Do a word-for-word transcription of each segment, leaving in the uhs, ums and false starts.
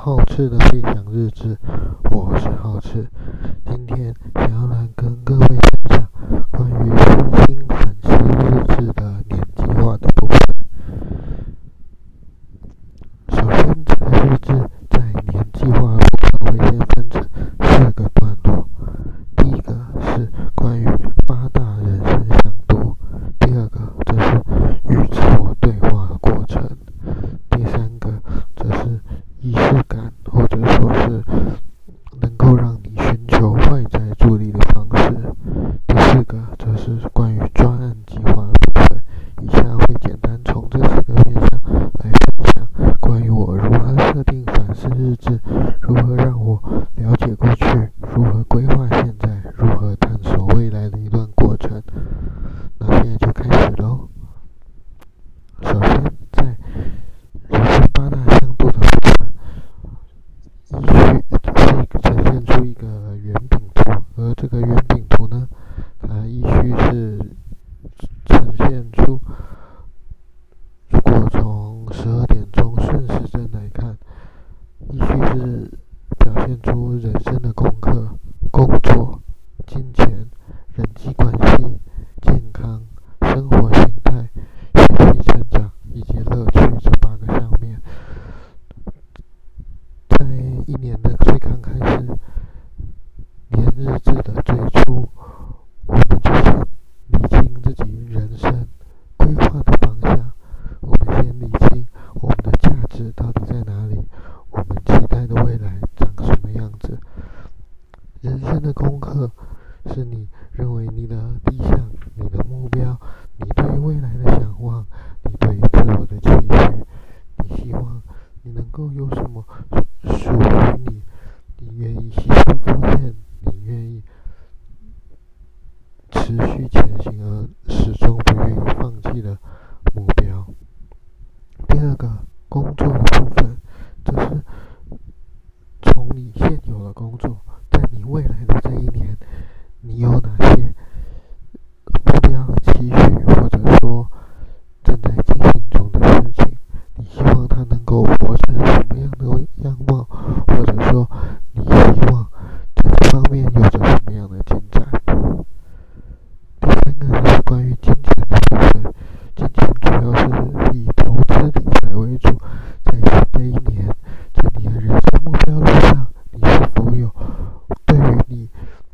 好事的分享日志，我是好事。今天想要来跟各位分享关于身心反思日志的年计划的部分。首先，这个日志在年计划部分会先分成四个段落。第一个是关于八大人生向度，第二个则是与自我对话的过程，第三个则是仪式感，或者说是能够让你寻求外在助力的方式。第四个则是关于专案计划的部分。以下会简单从这四个面向来分享关于我如何设定反思日志，如何让我了解过去，如何规划现在，如何探索未来的一段过程。那现在就开始咯。首先，在人生八大向度的部分，依序会呈现出一个圆饼图，而这个圆饼图呢，它依序是呈现出，如果从十二点钟顺时针来看，依序是表现出人生的功课、工作、金钱、人际关系、健康、生活形态、学习成长以及乐趣这八个项面。在一年的最刚开始，年日志的最初，我们就先理清自己人生规划的方向。我们先理清我们的价值到底在哪里，我们期待的未来长什么样子。人生的功课是你认为你的理想、你的目标、你对于未来的想望、你对于自我的期许，你希望你能够有什么属于你，你愿意牺牲奉献，你愿意持续前行而始终不愿意放弃的目标。第二个，工作的部分，则是从你现有的工作，在你未来的这一年，你有哪些目标、期许，或者说正在进行中的事情，你希望它能够活成什么样的样貌，或者说你希望这个方面有着什么样的进展。第三个就是关于金钱的部分，金钱主要是以投资理财为主。在新的一年，在你的人生目标路上，你是否有对于你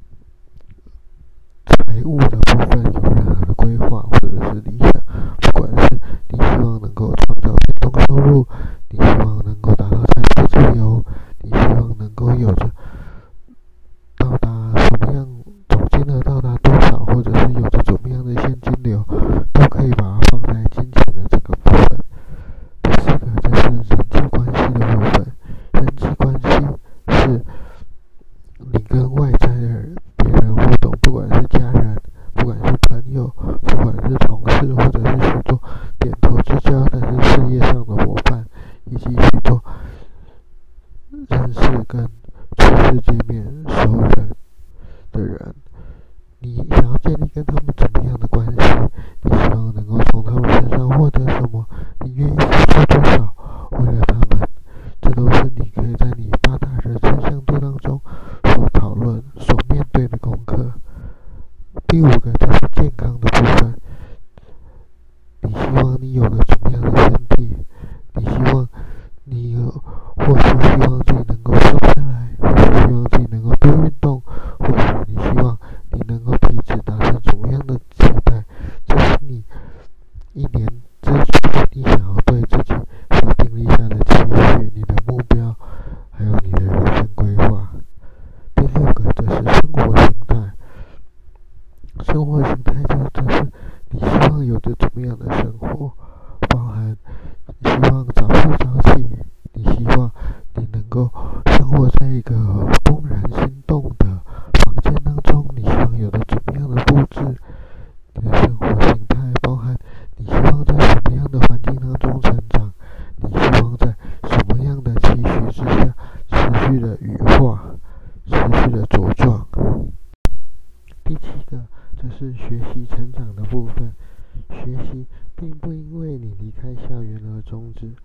财务的部分有任何的规划或者是理想？不管是你希望能够创造被动收入，你希望能够达到财富自由，你希望能够有着到达什么样总金额到达多少，或者是有着怎么样的现金流，都可以把它放在金钱的这个部分。第四个就是人际关系的部分。人际关系是你跟外在的别人互动，不管是家人，不管是朋友，不管是同事，或者是许多点头之交但是事业上的伙伴，以及许多认识跟初次见面熟人的人，你想要建立跟他们怎么样的关系？你希望能够从他们身上获得什么？你愿意付出多少为了他们？这都是你可以在你八大人生向度当中所讨论、所面对的功课。第五个就是健康的部分。你希望你有个怎么样的身体？你希望你有，或许希望自己能够瘦下来，或许希望自己能够多运动，或许你希望你能够体脂达成怎么样的期待？这是你一年之初你想要对自己所定立下的期许、你的目标，还有你的人生规划。第六个就是生活形态。生活形态就是你希望有着怎么样的生活，包含你希望早睡早起，你希望你能够生活在一个怦然心动的房间当中，你希望有着怎么样的布置。你的生活形态包含你希望在什么样的环境当中成长，你希望在什么样的期许之下持续的羽化，持续的茁壮。第七个，这是学习成长的部分。学习并不因为你离开校园而终止，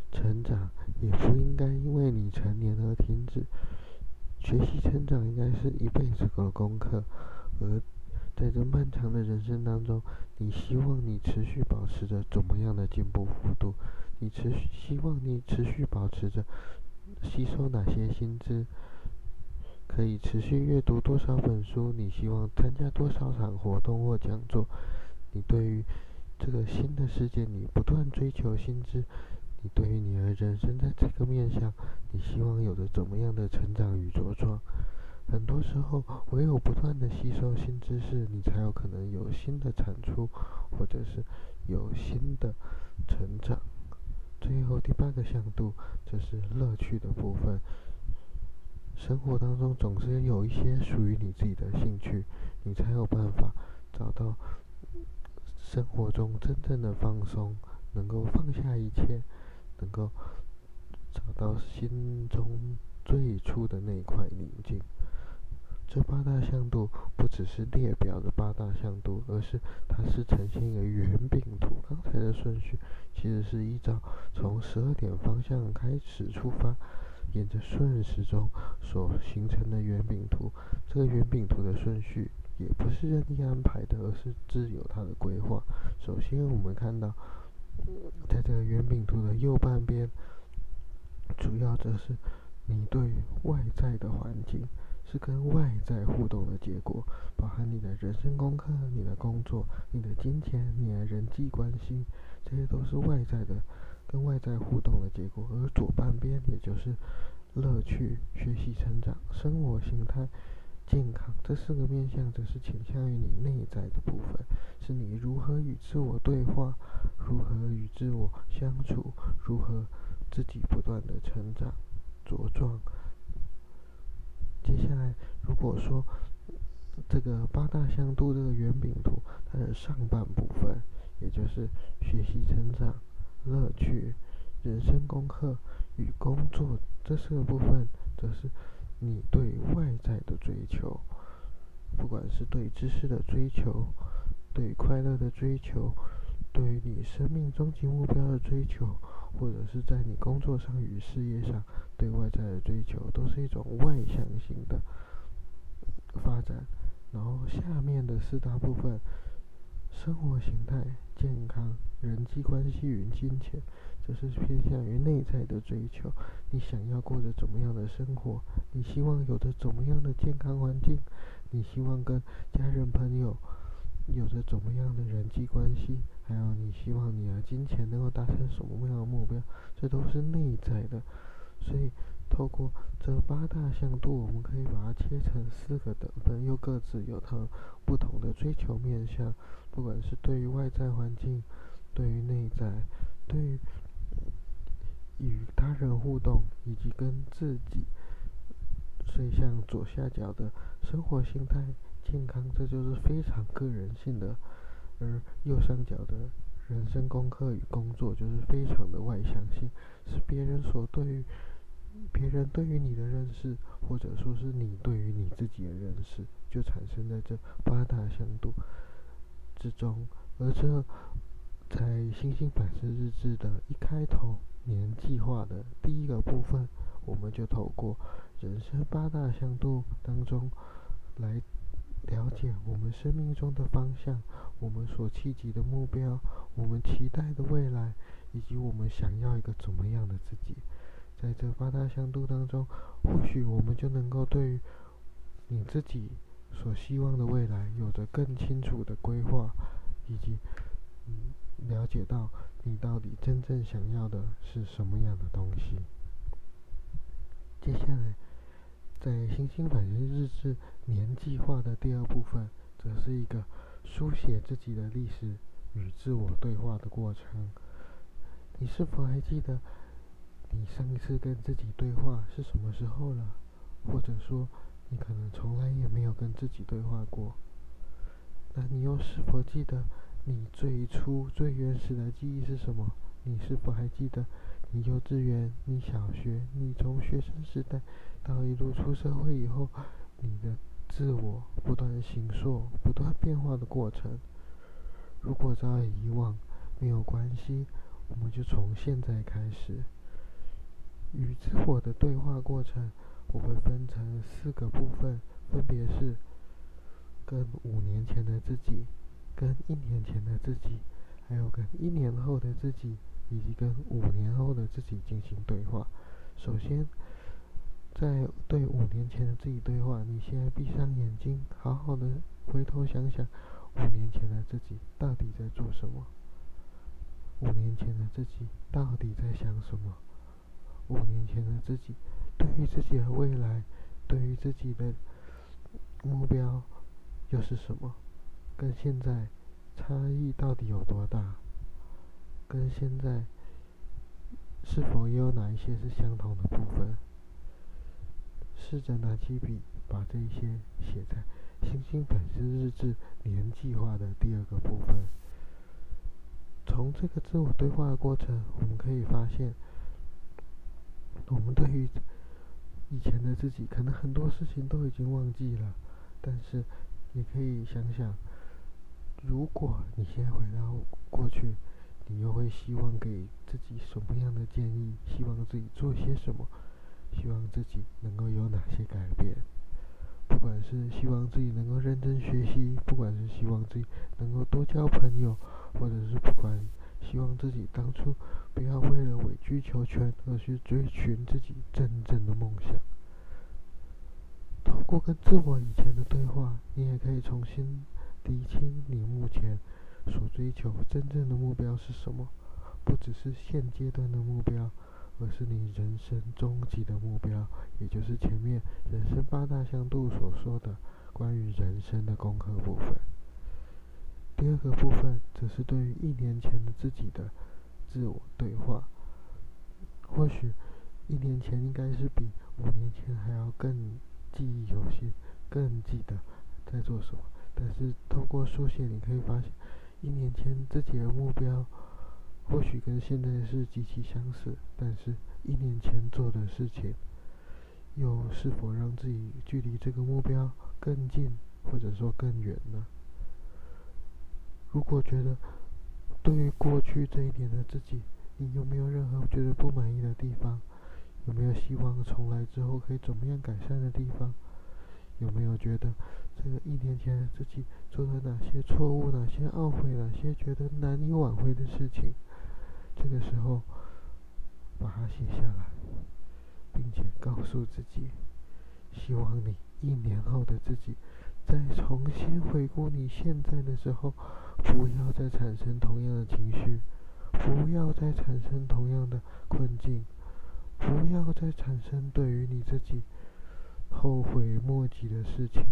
成长也不应该因为你成年而停止。学习成长应该是一辈子的功课，而在这漫长的人生当中，你希望你持续保持着怎么样的进步幅度？你持续希望你持续保持着吸收哪些新知？可以持续阅读多少本书？你希望参加多少场活动或讲座？你对于这个新的世界，你不断追求新知，你对于你的人生在这个面向，你希望有着怎么样的成长与茁壮？很多时候，唯有不断的吸收新知识，你才有可能有新的产出，或者是有新的成长。最后第八个向度，就是乐趣的部分。生活当中总是有一些属于你自己的兴趣，你才有办法找到生活中真正的放松，能够放下一切，能够找到心中最初的那块宁静。这八大向度不只是列表的八大向度，而是它是呈现一个圆饼图。刚才的顺序其实是依照从十二点方向开始出发，沿着顺时钟所形成的圆饼图。这个圆饼图的顺序也不是任意安排的，而是自有它的规划。首先我们看到，在这个圆饼图的右半边，主要则是你对外在的环境，是跟外在互动的结果，包含你的人生功课、你的工作、你的金钱、你的人际关系，这些都是外在的，跟外在互动的结果。而左半边，也就是乐趣、学习成长、生活形态、健康这四个面向，则是倾向于你内在的部分，是你如何与自我对话，如何与自我相处，如何自己不断的成长、茁壮。接下来，如果说这个八大向度这个圆饼图，它的上半部分，也就是学习成长、乐趣、人生功课与工作这四个部分，则是你对外在的追求，不管是对知识的追求、对快乐的追求、对于你生命终极目标的追求，或者是在你工作上与事业上对外在的追求，都是一种外向型的发展。然后下面的四大部分，生活形态、健康、人际关系与金钱，这是偏向于内在的追求。你想要过着怎么样的生活？你希望有着怎么样的健康环境？你希望跟家人朋友有着怎么样的人际关系？还有你希望你的金钱能够达成什么样的目标？这都是内在的。所以透过这八大向度，我们可以把它切成四个等分，又各自有它不同的追求面向，不管是对于外在环境，对于内在，对于与他人互动，以及跟自己。所以像左下角的生活形态、健康，这就是非常个人性的；而右上角的人生功课与工作，就是非常的外向性，是别人所对于别人对于你的认识，或者说是你对于你自己的认识，就产生在这八大向度之中。而这在星星反思日志的一开头年计划的第一个部分，我们就透过人生八大向度当中来了解我们生命中的方向，我们所企及的目标，我们期待的未来，以及我们想要一个怎么样的自己。在这八大向度当中，或许我们就能够对于你自己所希望的未来有着更清楚的规划，以及嗯了解到你到底真正想要的是什么样的东西。接下来，在星星反思日志年计划的第二部分，则是一个书写自己的历史与自我对话的过程。你是否还记得你上一次跟自己对话是什么时候了？或者说，你可能从来也没有跟自己对话过。那你又是否记得你最初最原始的记忆是什么？你是否还记得你幼稚园、你小学、你从学生时代到一路出社会以后，你的自我不断形塑、不断变化的过程？如果早已遗忘，没有关系， 我们就从现在开始，与自我的对话过程，我会分成四个部分，分别是跟五年前的自己、跟一年前的自己，还有跟一年后的自己，以及跟五年后的自己进行对话。首先，在对五年前的自己对话，你现在闭上眼睛，好好的回头想想，五年前的自己到底在做什么？五年前的自己到底在想什么？五年前的自己对于自己的未来，对于自己的目标又是什么？跟现在差异到底有多大？跟现在是否也有哪一些是相同的部分？试着拿起笔，把这些写在星星粉丝日志年计划的第二个部分。从这个自我对话的过程，我们可以发现，我们对于以前的自己，可能很多事情都已经忘记了，但是也可以想想，如果你现在回到过去，你又会希望给自己什么样的建议？希望自己做些什么？希望自己能够有哪些改变？不管是希望自己能够认真学习，不管是希望自己能够多交朋友，或者是不管希望自己当初不要为了委曲求全而去追寻自己真正的梦想。透过跟自我以前的对话，你也可以重新厘清你目前所追求真正的目标是什么，不只是现阶段的目标，而是你人生终极的目标，也就是前面人生八大向度所说的关于人生的功课部分。第二个部分则是对于一年前的自己的自我对话。或许一年前应该是比五年前还要更记忆犹新，更记得在做什么。但是透过书写，你可以发现，一年前自己的目标或许跟现在是极其相似，但是一年前做的事情，又是否让自己距离这个目标更近，或者说更远呢？如果觉得对于过去这一年的自己，你有没有任何觉得不满意的地方？有没有希望重来之后可以怎么样改善的地方？有没有觉得这个一年前的自己做了哪些错误，哪些懊悔，哪些觉得难以挽回的事情？这个时候把它写下来，并且告诉自己，希望你一年后的自己在重新回顾你现在的时候，不要再产生同样的情绪，不要再产生同样的困境，不要再产生对于你自己后悔莫及的事情。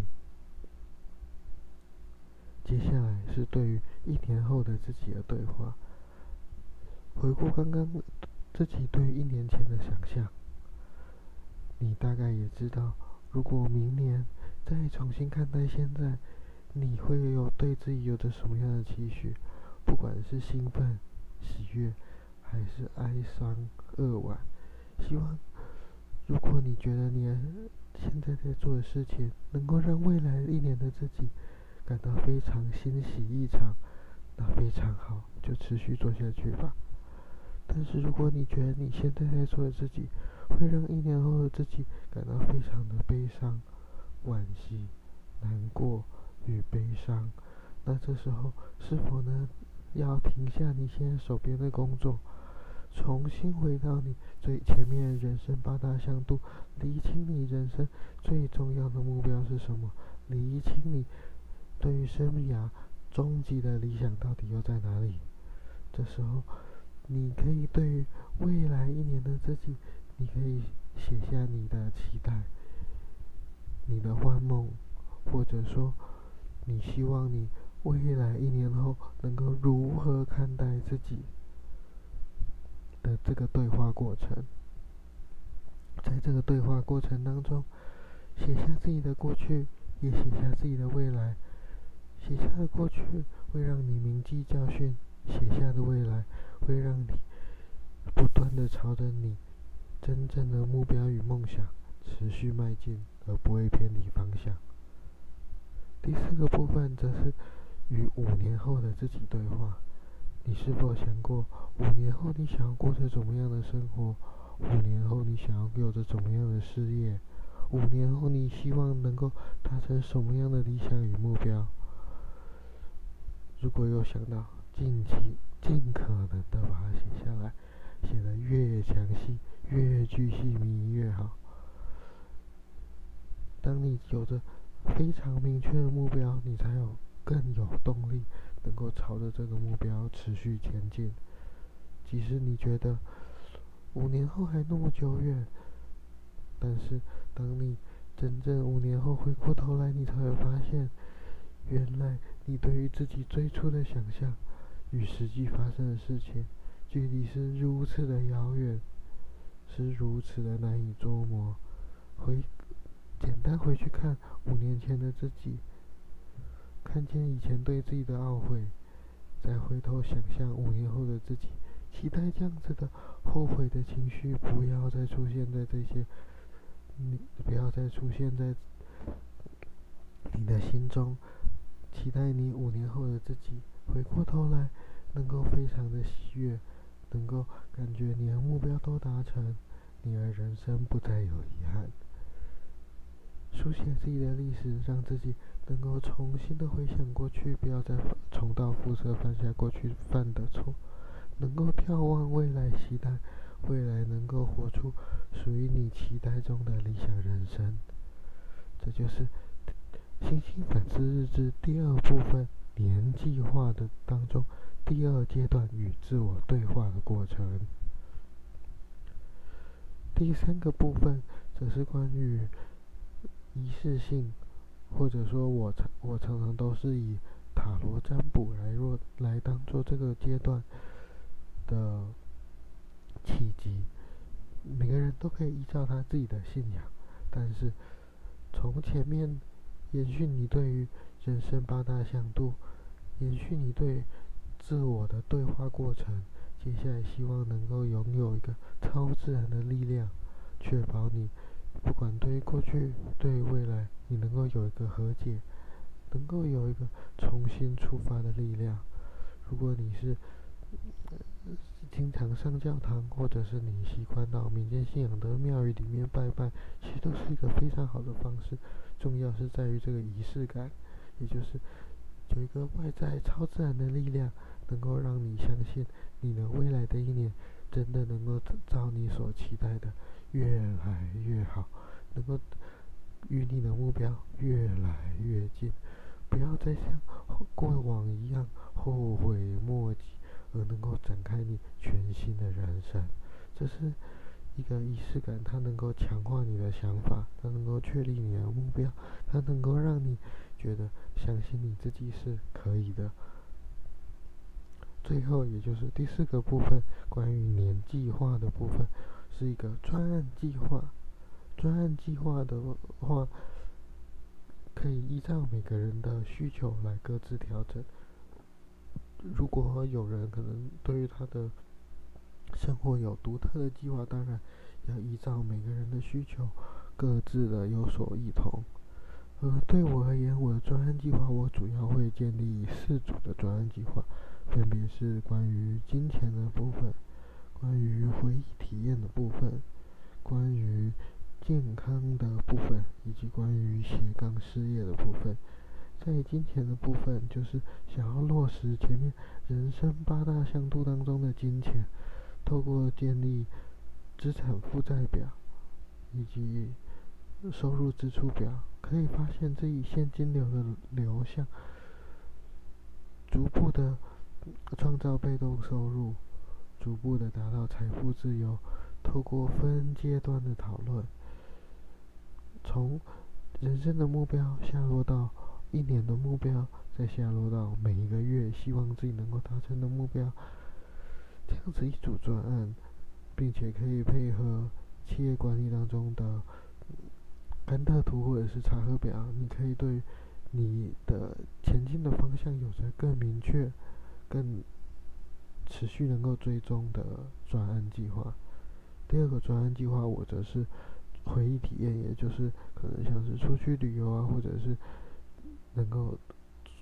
接下来是对于一年后的自己的对话，回顾刚刚自己对于一年前的想象，你大概也知道，如果明年再重新看待现在，你会有对自己有着什么样的期许？不管是兴奋、喜悦，还是哀伤、扼腕，希望如果你觉得你现在在做的事情能够让未来一年的自己感到非常欣喜异常，那非常好，就持续做下去吧。但是如果你觉得你现在在做的自己会让一年后的自己感到非常的悲伤、惋惜、难过与悲伤，那这时候是否呢要停下你现在手边的工作，重新回到你最前面人生八大向度，厘清你人生最重要的目标是什么，厘清你对于生涯终极的理想到底又在哪里。这时候你可以对于未来一年的自己，你可以写下你的期待，你的幻梦，或者说你希望你未来一年后能够如何看待自己的这个对话过程。在这个对话过程当中，写下自己的过去，也写下自己的未来。写下的过去会让你铭记教训，写下的未来会让你不断的朝着你真正的目标与梦想持续迈进，而不会偏离方向。第四个部分则是与五年后的自己对话。 你是否想过，五年后你想要过着怎么样的生活？五年后你想要有着怎么样的事业？五年后你希望能够达成什么样的理想与目标？如果有想到，尽其尽可能的把它写下来，写得越详细、越具细密越好。当你有着非常明确的目标，你才有更有动力，能够朝着这个目标持续前进。即使你觉得五年后还那么久远，但是当你真正五年后回过头来，你才会发现，原来你对于自己最初的想象与实际发生的事情，距离是如此的遥远，是如此的难以捉摸。回简单回去看五年前的自己，看见以前对自己的懊悔，再回头想象五年后的自己，期待这样子的后悔的情绪不要再出现在这些，你不要再出现在你的心中。期待你五年后的自己回过头来，能够非常的喜悦，能够感觉你的目标都达成，你的人生不再有遗憾。书写自己的历史，让自己能够重新的回想过去，不要再重蹈覆辙，犯下过去犯的错，能够眺望未来，期待未来能够活出属于你期待中的理想人生。这就是星星粉丝日志第二部分年计划的当中第二阶段与自我对话的过程。第三个部分则是关于仪式性，或者说我常我常常都是以塔罗占卜来若来当做这个阶段的契机。每个人都可以依照他自己的信仰，但是从前面延续你对于人生八大向度，延续你对自我的对话过程，接下来希望能够拥有一个超自然的力量，确保你不管对过去对未来，你能够有一个和解，能够有一个重新出发的力量。如果你是、呃、经常上教堂，或者是你习惯到民间信仰的庙宇里面拜拜，其实都是一个非常好的方式。重要是在于这个仪式感，也就是有一个外在超自然的力量，能够让你相信你的未来的一年真的能够照你所期待的越来越好，能够与你的目标越来越近，不要再像过往一样后悔莫及，而能够展开你全新的人生。这是一个仪式感，它能够强化你的想法，它能够确立你的目标，它能够让你觉得相信你自己是可以的。最后，也就是第四个部分，关于年计划的部分，是一个专案计划。专案计划的话，可以依照每个人的需求来各自调整。如果有人可能对于他的生活有独特的计划，当然要依照每个人的需求各自的有所异同。呃，对我而言，我的专案计划我主要会建立四组的专案计划，分别是关于金钱的部分，关于回忆体验的部分，关于健康的部分，以及关于斜杠事业的部分。在金钱的部分，就是想要落实前面人生八大向度当中的金钱，透过建立资产负债表以及收入支出表，可以发现自己现金流的流向，逐步的创造被动收入，逐步的达到财富自由。透过分阶段的讨论，从人生的目标下落到一年的目标，再下落到每一个月希望自己能够达成的目标，这样子一组专案，并且可以配合企业管理当中的甘特图或者是查核表，你可以对你的前进的方向有着更明确、更持续能够追踪的专案计划。第二个专案计划，我则是回忆体验，也就是可能像是出去旅游啊，或者是能够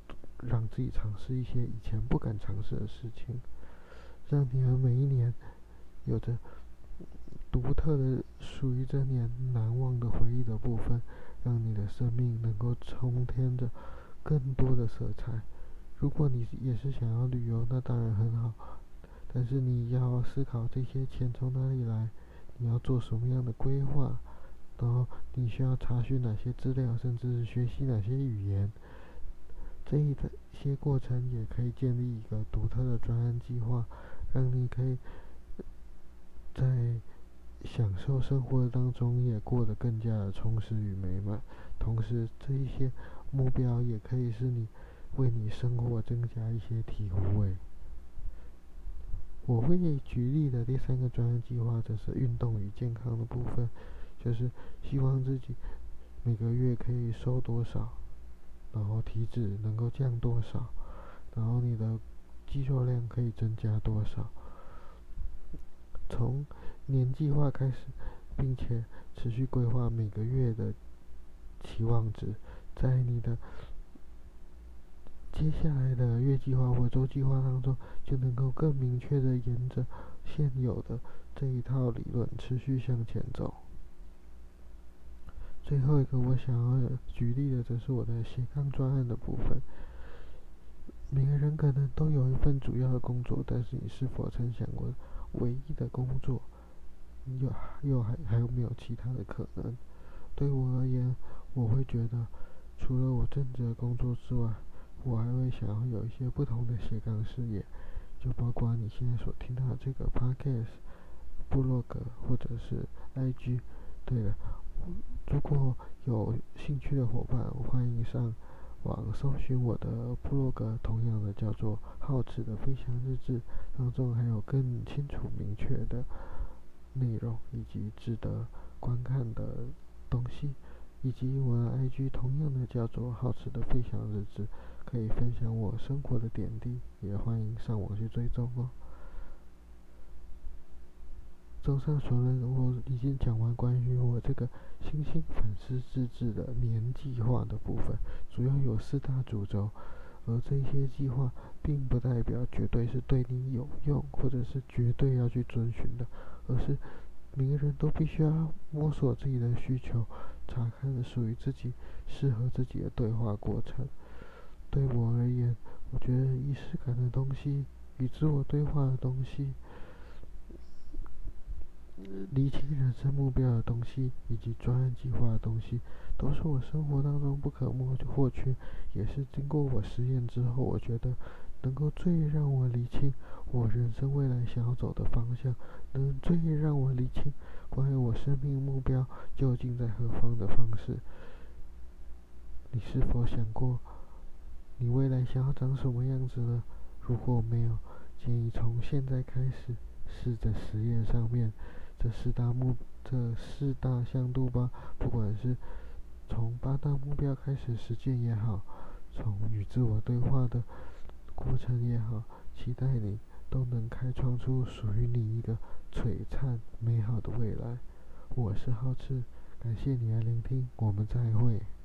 让自己尝试一些以前不敢尝试的事情，让你们每一年有着独特的属于这年难忘的回忆的部分，让你的生命能够充填着更多的色彩。如果你也是想要旅游，那当然很好，但是你要思考这些钱从哪里来，你要做什么样的规划，然后你需要查询哪些资料，甚至是学习哪些语言。这一些过程也可以建立一个独特的专案计划，让你可以在享受生活当中也过得更加的充实与美满。同时，这一些目标也可以是你为你生活增加一些体味。我会举例的第三个专案计划，则是运动与健康的部分，就是希望自己每个月可以瘦多少，然后体脂能够降多少，然后你的肌肉量可以增加多少。从年计划开始，并且持续规划每个月的期望值，在你的接下来的月计划或周计划当中，就能够更明确的沿着现有的这一套理论持续向前走。最后一个我想要举例的，则是我的斜杠专案的部分。每个人可能都有一份主要的工作，但是你是否曾想过，唯一的工作有又还还有没有其他的可能？对我而言，我会觉得，除了我正职的工作之外，我还会想要有一些不同的斜杠事业，就包括你现在所听到的这个 podcast、部落格或者是 I G。对了，如果有兴趣的伙伴，欢迎上网搜寻我的部落格，同样的叫做好吃的飞翔日志，当中还有更清楚明确的内容以及值得观看的东西，以及我的 I G 同样的叫做好吃的飞翔日志，可以分享我生活的点滴，也欢迎上网去追踪哦。综上所论，我已经讲完关于我这个星星粉丝自制的年计划的部分，主要有四大主轴，而这些计划并不代表绝对是对你有用，或者是绝对要去遵循的，而是每个人都必须要摸索自己的需求，查看属于自己适合自己的对话过程。对我而言，我觉得仪式感的东西与自我对话的东西，厘清人生目标的东西，以及专案计划的东西，都是我生活当中不可或缺，也是经过我实验之后，我觉得能够最让我厘清我人生未来想要走的方向，能最让我厘清关于我生命目标究竟在何方的方式。你是否想过，你未来想要长什么样子呢？如果没有，建议从现在开始，试着实验上面这四大目这四大向度吧，不管是从八大目标开始实践也好，从与自我对话的过程也好，期待你都能开创出属于你一个璀璨美好的未来。我是浩志，感谢你来聆听，我们再会。